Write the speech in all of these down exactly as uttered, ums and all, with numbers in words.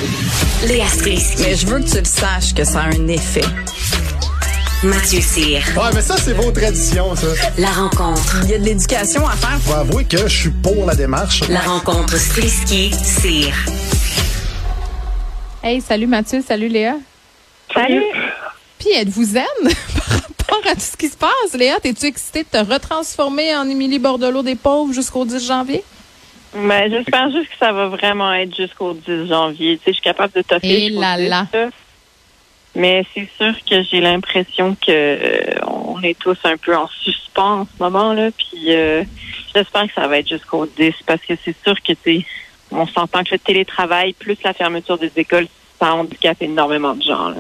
Léa Strisky. Mais je veux que tu le saches que ça a un effet. Mathieu Cyr. Ouais, mais ça, c'est vos traditions, ça. La rencontre. Il y a de l'éducation à faire. Faut avouer que je suis pour la démarche. La rencontre Strisky-Cyr. Hey, salut Mathieu, salut Léa. Salut. Puis êtes-vous zen par rapport à tout ce qui se passe? Léa, t'es-tu excitée de te retransformer en Émilie Bordelot des pauvres jusqu'au dix janvier? Ben, j'espère juste que ça va vraiment être jusqu'au dix janvier. Tu sais, je suis capable de toffer. Et là là. Ça. Mais c'est sûr que j'ai l'impression que euh, on est tous un peu en suspens en ce moment là. Puis euh, j'espère que ça va être jusqu'au dix parce que c'est sûr que tu sais, on s'entend que le télétravail plus la fermeture des écoles, ça handicape énormément de gens là.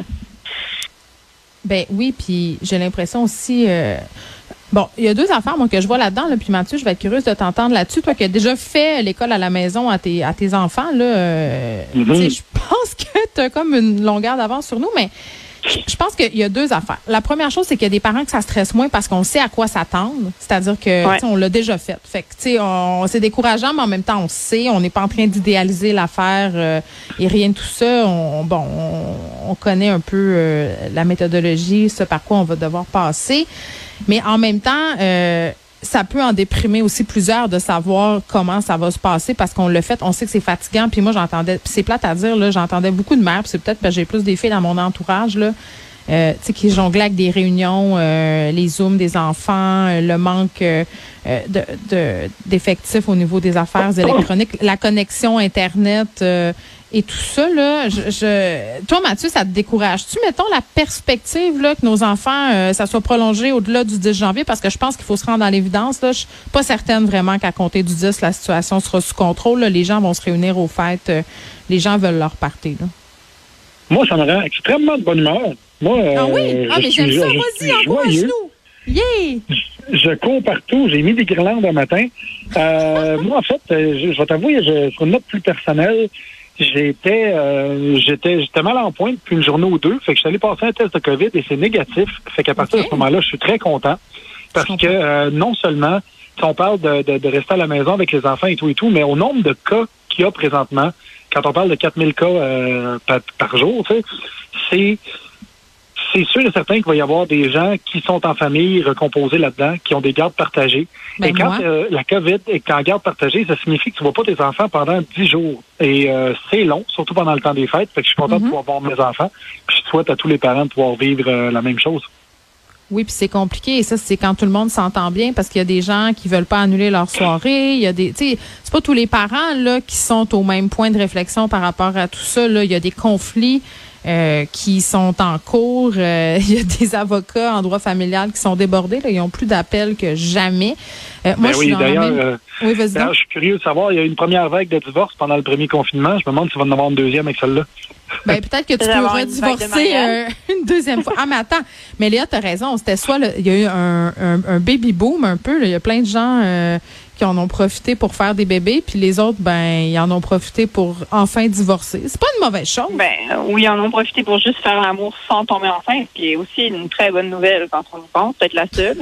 Ben oui, puis j'ai l'impression aussi. Euh, bon, il y a deux affaires moi que je vois là-dedans. Là, puis Mathieu, je vais être curieuse de t'entendre là-dessus. Toi qui as déjà fait l'école à la maison à tes à tes enfants là, euh, mm-hmm. tu sais, je pense que tu as comme une longueur d'avance sur nous, mais je pense qu'il y a deux affaires. La première chose, c'est qu'il y a des parents que ça stresse moins parce qu'on sait à quoi s'attendre. C'est-à-dire que ouais. on l'a déjà fait. Fait que tu sais, on, c'est décourageant, mais en même temps, on sait, on n'est pas en train d'idéaliser l'affaire euh, et rien de tout ça. On, bon, on, on connaît un peu euh, la méthodologie, ce par quoi on va devoir passer. Mais en même temps, euh, ça peut en déprimer aussi plusieurs de savoir comment ça va se passer parce qu'on l'a fait, on sait que c'est fatigant. Puis moi, j'entendais, puis c'est plate à dire, là, j'entendais beaucoup de mères, puis c'est peut-être parce que j'ai plus des filles dans mon entourage, là, euh, tu sais, qui jonglaient avec des réunions, euh, les Zooms des enfants, euh, le manque euh, de, de d'effectifs au niveau des affaires électroniques, la connexion Internet euh, et tout ça, là. Je, je, toi, Mathieu, ça te décourage-tu, mettons, la perspective là, que nos enfants, euh, ça soit prolongé au-delà du dix janvier, parce que je pense qu'il faut se rendre dans l'évidence. Là. Je suis pas certaine vraiment qu'à compter du dix, la situation sera sous contrôle. Là. Les gens vont se réunir aux fêtes. Euh, les gens veulent leur partir. Là. Moi, ça me rend extrêmement de bonne humeur. Moi, ah oui? Euh, ah, mais suis, j'aime ça. Je, Vas-y, encourage-nous. Yeah! Je, je cours partout. J'ai mis des guirlandes un matin. Euh, moi, en fait, je, je vais t'avouer, je, sur une note plus personnelle, J'étais, euh, j'étais, j'étais mal en point depuis une journée ou deux. Fait que je suis allé passer un test de COVID et c'est négatif. Fait qu'à partir okay. de ce moment-là, je suis très content. Parce que euh, non seulement, si on parle de, de, de rester à la maison avec les enfants et tout et tout, mais au nombre de cas qu'il y a présentement, quand on parle de quatre mille cas euh, par, par jour, tu sais, c'est... C'est sûr et certain qu'il va y avoir des gens qui sont en famille recomposés là-dedans, qui ont des gardes partagées. Ben et quand euh, la COVID est en garde partagée, ça signifie que tu ne vois pas tes enfants pendant dix jours. Et euh, c'est long, surtout pendant le temps des fêtes. Fait que je suis content mm-hmm. de pouvoir voir mes enfants. Puis je souhaite à tous les parents de pouvoir vivre euh, la même chose. Oui, puis c'est compliqué. Et ça, c'est quand tout le monde s'entend bien parce qu'il y a des gens qui veulent pas annuler leur soirée. Il y a des, tu sais, c'est pas tous les parents là qui sont au même point de réflexion par rapport à tout ça. Là, il y a des conflits. Euh, qui sont en cours. Euh, il y a des avocats en droit familial qui sont débordés. Là. Ils ont plus d'appels que jamais. Euh, moi, ben je oui, suis dans d'ailleurs, la même... euh, oui, vas-y d'ailleurs, je suis curieux de savoir, il y a eu une première vague de divorce pendant le premier confinement. Je me demande s'il va en avoir une deuxième avec celle-là. Ben, peut-être que tu peux redivorcer euh, une deuxième fois. Ah, mais attends. Mais Léa, t'as raison. C'était soit, le, il y a eu un, un, un baby boom un peu. Là. Il y a plein de gens euh, qui en ont profité pour faire des bébés, puis les autres, ben, ils en ont profité pour enfin divorcer. C'est pas une mauvaise chose. Ben, oui, ils en ont profité pour juste faire l'amour sans tomber enceinte, ce qui est aussi une très bonne nouvelle quand on y pense, peut-être la seule.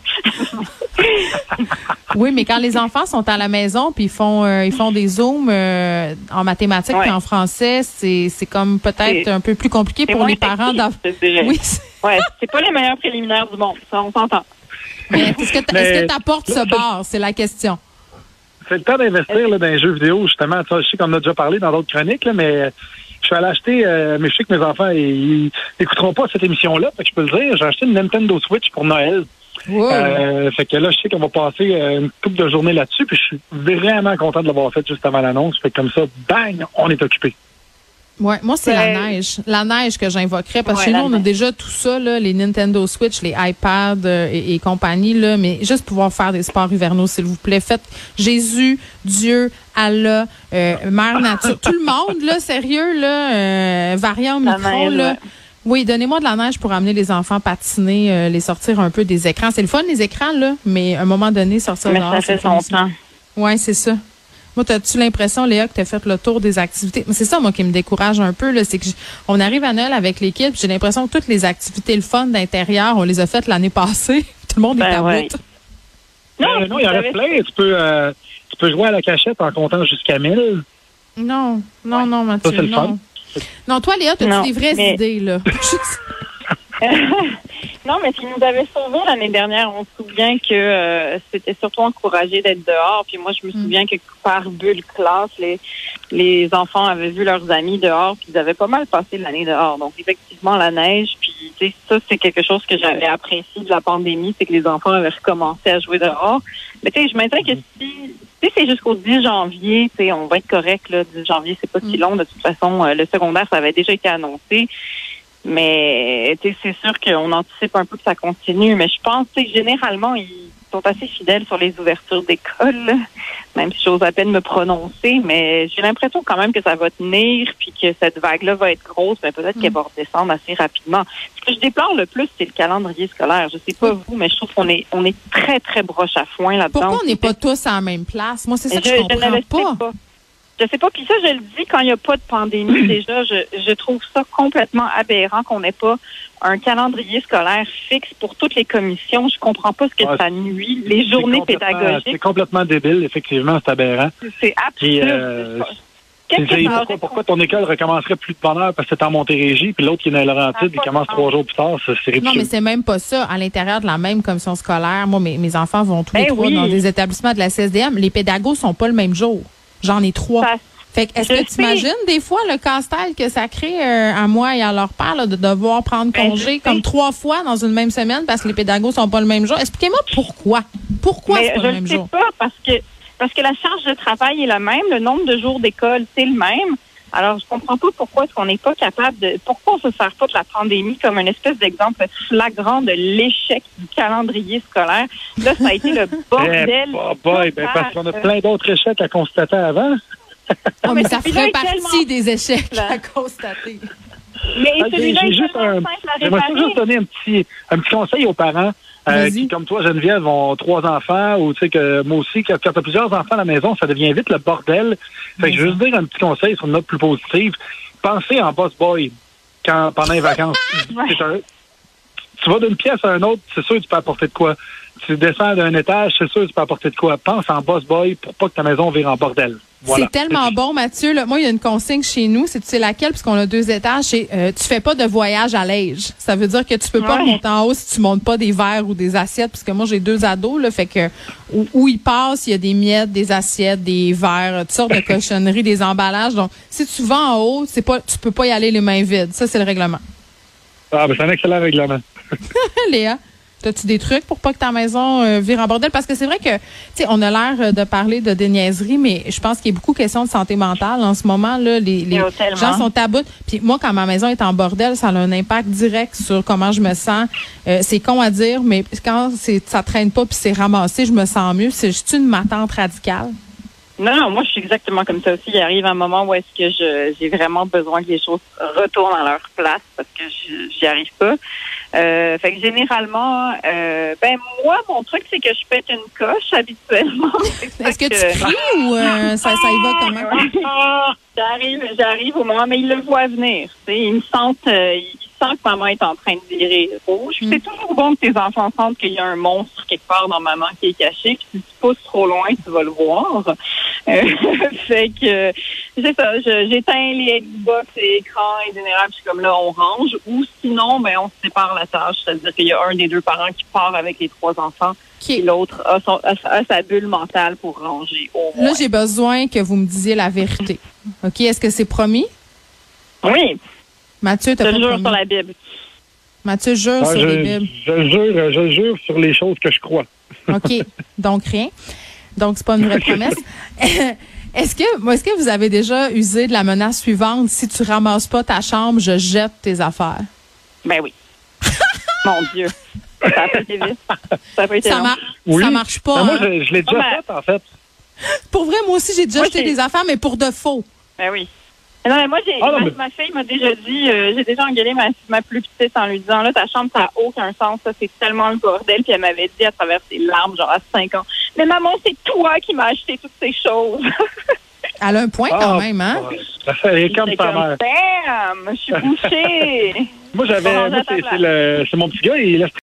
Oui, mais quand les enfants sont à la maison puis ils font euh, ils font des zooms euh, en mathématiques ouais. et en français, c'est c'est comme peut-être c'est, un peu plus compliqué pour les parents d'avoir. Oui. Ouais, c'est pas les meilleurs préliminaires du monde, ça on s'entend. Mais est-ce que mais, est-ce que t'apportes ce bar, c'est la question. C'est le temps d'investir là, dans les jeux vidéo, justement. Je sais qu'on en a déjà parlé dans d'autres chroniques, là, mais je suis allé acheter, euh, mais je sais que mes enfants, ils n'écouteront pas cette émission-là, fait que je peux le dire. J'ai acheté une Nintendo Switch pour Noël. Wow. Euh, fait que là, je sais qu'on va passer euh, une couple de journées là-dessus, puis je suis vraiment content de l'avoir fait juste avant l'annonce. Fait que comme ça, bang, on est occupé. Ouais, moi c'est ouais. la neige, la neige que j'invoquerais parce que ouais, chez nous on a déjà tout ça là, les Nintendo Switch, les iPads euh, et, et compagnie là, mais juste pouvoir faire des sports hivernaux s'il vous plaît. Faites Jésus, Dieu, Allah, euh, Mère Nature, tout le monde là, sérieux là, euh, variant micro là. Ouais. Oui, donnez-moi de la neige pour amener les enfants patiner, euh, les sortir un peu des écrans. C'est le fun les écrans là, mais à un moment donné sortir mais dehors. Ça fait son temps. Ouais, c'est ça. Moi, as-tu l'impression, Léa, que tu as fait le tour des activités? C'est ça, moi, qui me décourage un peu, là. C'est que j- on arrive à Noël avec l'équipe, j'ai l'impression que toutes les activités, le fun d'intérieur, on les a faites l'année passée. Tout le monde ben est à ouais. bout. Non, euh, non, il y en reste plein. Tu peux, euh, tu peux jouer à la cachette en comptant jusqu'à mille. Non, non, ouais. non, Mathieu, ça, c'est le non. fun. Non, toi, Léa, t'as-tu Non, des vraies mais- idées, là? Non, mais ce qui nous avait sauvés l'année dernière, on se souvient que euh, c'était surtout encouragé d'être dehors. Puis moi, je me souviens que par bulle classe, les les enfants avaient vu leurs amis dehors, puis ils avaient pas mal passé l'année dehors. Donc, effectivement, la neige, puis tu sais, ça, c'est quelque chose que j'avais apprécié de la pandémie, c'est que les enfants avaient recommencé à jouer dehors. Mais tu sais, je m'inquiète que si, si c'est jusqu'au dix janvier, tu sais, on va être correct, là. dix janvier, c'est pas si long. De toute façon, euh, le secondaire, ça avait déjà été annoncé. Mais tu sais, c'est sûr qu'on anticipe un peu que ça continue. Mais je pense que généralement, ils sont assez fidèles sur les ouvertures d'école, là. Même si j'ose à peine me prononcer. Mais j'ai l'impression quand même que ça va tenir, puis que cette vague-là va être grosse, mais peut-être mm. qu'elle va redescendre assez rapidement. Ce que je déplore le plus, c'est le calendrier scolaire. Je sais pas oui. vous, mais je trouve qu'on est on est très, très broche à foin là-dedans. Pourquoi on n'est pas tous à la même place? Moi, c'est ça que je, je comprends ne le pas. sais pas. Je sais pas. Puis ça, je le dis, quand il n'y a pas de pandémie, déjà, je, je trouve ça complètement aberrant qu'on n'ait pas un calendrier scolaire fixe pour toutes les commissions. Je comprends pas ce que ouais, ça nuit. Les journées c'est pédagogiques. C'est complètement débile, effectivement, c'est aberrant. C'est absurde. Puis, euh, Qu'est-ce que ça pourquoi, aurait pourquoi ton école recommencerait plus de bonne heure parce que c'est en Montérégie, puis l'autre qui est dans Laurentides, il commence trois jours plus tard, c'est ridicule. Non, mais c'est même pas ça. À l'intérieur de la même commission scolaire, moi, mes, mes enfants vont tous les Ben trois oui. dans des établissements de la C S D M. Les pédagogues sont pas le même jour. J'en ai trois. Ça, Fait que, est-ce je que tu imagines des fois le casse-tête que ça crée euh, à moi et à leur père là, de devoir prendre Ben, congé comme trois fois dans une même semaine parce que les pédagogues sont pas le même jour? Expliquez-moi pourquoi. Pourquoi mais c'est pas je le même ne sais jour? pas parce que parce que la charge de travail est la même, le nombre de jours d'école c'est le même. Alors je comprends pas pourquoi est-ce qu'on n'est pas capable de pourquoi on se sert pas de la pandémie comme une espèce d'exemple flagrant de l'échec du calendrier scolaire. Là, ça a été le bordel. Eh, bah, boy, ben, parce qu'on a plein d'autres échecs à constater avant. Non, mais, mais ça celui-là ferait est partie tellement des échecs simple. à constater. Mais Ah, j'ai- celui-là j'ai est juste tellement un- simple à J'aimerais réparer. juste donner un petit, un petit conseil aux parents euh, Vas-y. qui, comme toi, Geneviève, ont trois enfants, ou tu sais que moi aussi, quand, quand tu as plusieurs enfants à la maison, ça devient vite le bordel. Fait que je veux juste dire un petit conseil sur une note plus positive. Pensez en boss boy quand, pendant les vacances. C'est un- tu vas d'une pièce à une autre, c'est sûr que tu peux apporter de quoi. Tu descends d'un étage, c'est sûr que tu peux apporter de quoi. Pense en boss boy pour pas que ta maison vire en bordel. Voilà. C'est tellement bon, Mathieu. Là, moi, il y a une consigne chez nous. C'est tu sais laquelle, puisqu'on a deux étages. C'est euh, tu fais pas de voyage à l'ège. Ça veut dire que tu peux pas Ouais. monter en haut si tu montes pas des verres ou des assiettes. Puisque moi, j'ai deux ados. Là, fait que où, où ils passent, il y a des miettes, des assiettes, des verres, toutes sortes de cochonneries, des emballages. Donc, si tu vas en haut, c'est pas, tu peux pas y aller les mains vides. Ça, c'est le règlement. Ah, ben c'est un excellent règlement. Léa, as-tu des trucs pour pas que ta maison euh, vire en bordel? Parce que c'est vrai que, tu sais, on a l'air euh, de parler de des niaiseries, mais je pense qu'il y a beaucoup de questions de santé mentale en ce moment. Là, les les Oh, tellement. gens sont à bout. Puis moi, quand ma maison est en bordel, ça a un impact direct sur comment je me sens. Euh, c'est con à dire, mais quand c'est ça traîne pas puis c'est ramassé, je me sens mieux. C'est juste une ma tante radicale. Non, non, moi, je suis exactement comme ça aussi. Il arrive un moment où est-ce que je, j'ai vraiment besoin que les choses retournent à leur place parce que je- j'y arrive pas. Euh, fait que généralement, euh, ben moi, mon truc, c'est que je pète une coche habituellement. Est-ce que tu cries ou euh, ça, ça y va comment? J'arrive, j'arrive au moment, mais ils le voient venir. Tu sais, ils me sentent, euh, ils sentent que maman est en train de virer rouge. Puis Mm. c'est toujours bon que tes enfants sentent qu'il y a un monstre quelque part dans maman qui est caché. Puis si tu pousses trop loin, tu vas le voir. Euh, fait que c'est ça. Je, j'éteins les Xbox et écrans et général. Puis comme là, on range. Ou sinon, ben on se sépare la tâche. C'est-à-dire qu'il y a un des deux parents qui part avec les trois enfants. Okay. Et l'autre a, son, a, a sa bulle mentale pour ranger. Au moins. Là, j'ai besoin que vous me disiez la vérité. OK? Est-ce que c'est promis? Oui, Mathieu, je t'as te pas jure promis. sur la Bible. Mathieu jure Ah, sur je, les Bibles. je jure, je jure sur les choses que je crois. OK. Donc, rien. Donc, c'est pas une vraie promesse. Est-ce que, est-ce que vous avez déjà usé de la menace suivante? Si tu ramasses pas ta chambre, je jette tes affaires. Ben oui. Mon Dieu. Ça a pas été vite. Ça a pas été Ça, long. mar- Oui. ça marche pas. Ben, moi, hein? je, je l'ai déjà Ah, ben- fait, en fait. Pour vrai, moi aussi, j'ai déjà Moi, jeté j'ai- des affaires, mais pour de faux. Ben oui. Non, mais moi, j'ai, Ah, non, ma, mais- ma fille m'a déjà dit, euh, j'ai déjà engueulé ma, ma plus petite en lui disant, là, ta chambre, ça n'a aucun sens, ça, c'est tellement le bordel. Puis elle m'avait dit à travers ses larmes, genre à cinq ans, mais maman, c'est toi qui m'as acheté toutes ces choses. Elle a un point quand Ah, même, hein? Ça fait comme J'étais ta comme, mère. Bam! Je suis bouchée. Moi, j'avais, On range moi, à ta c'est, place. c'est le, c'est mon petit gars, il laisse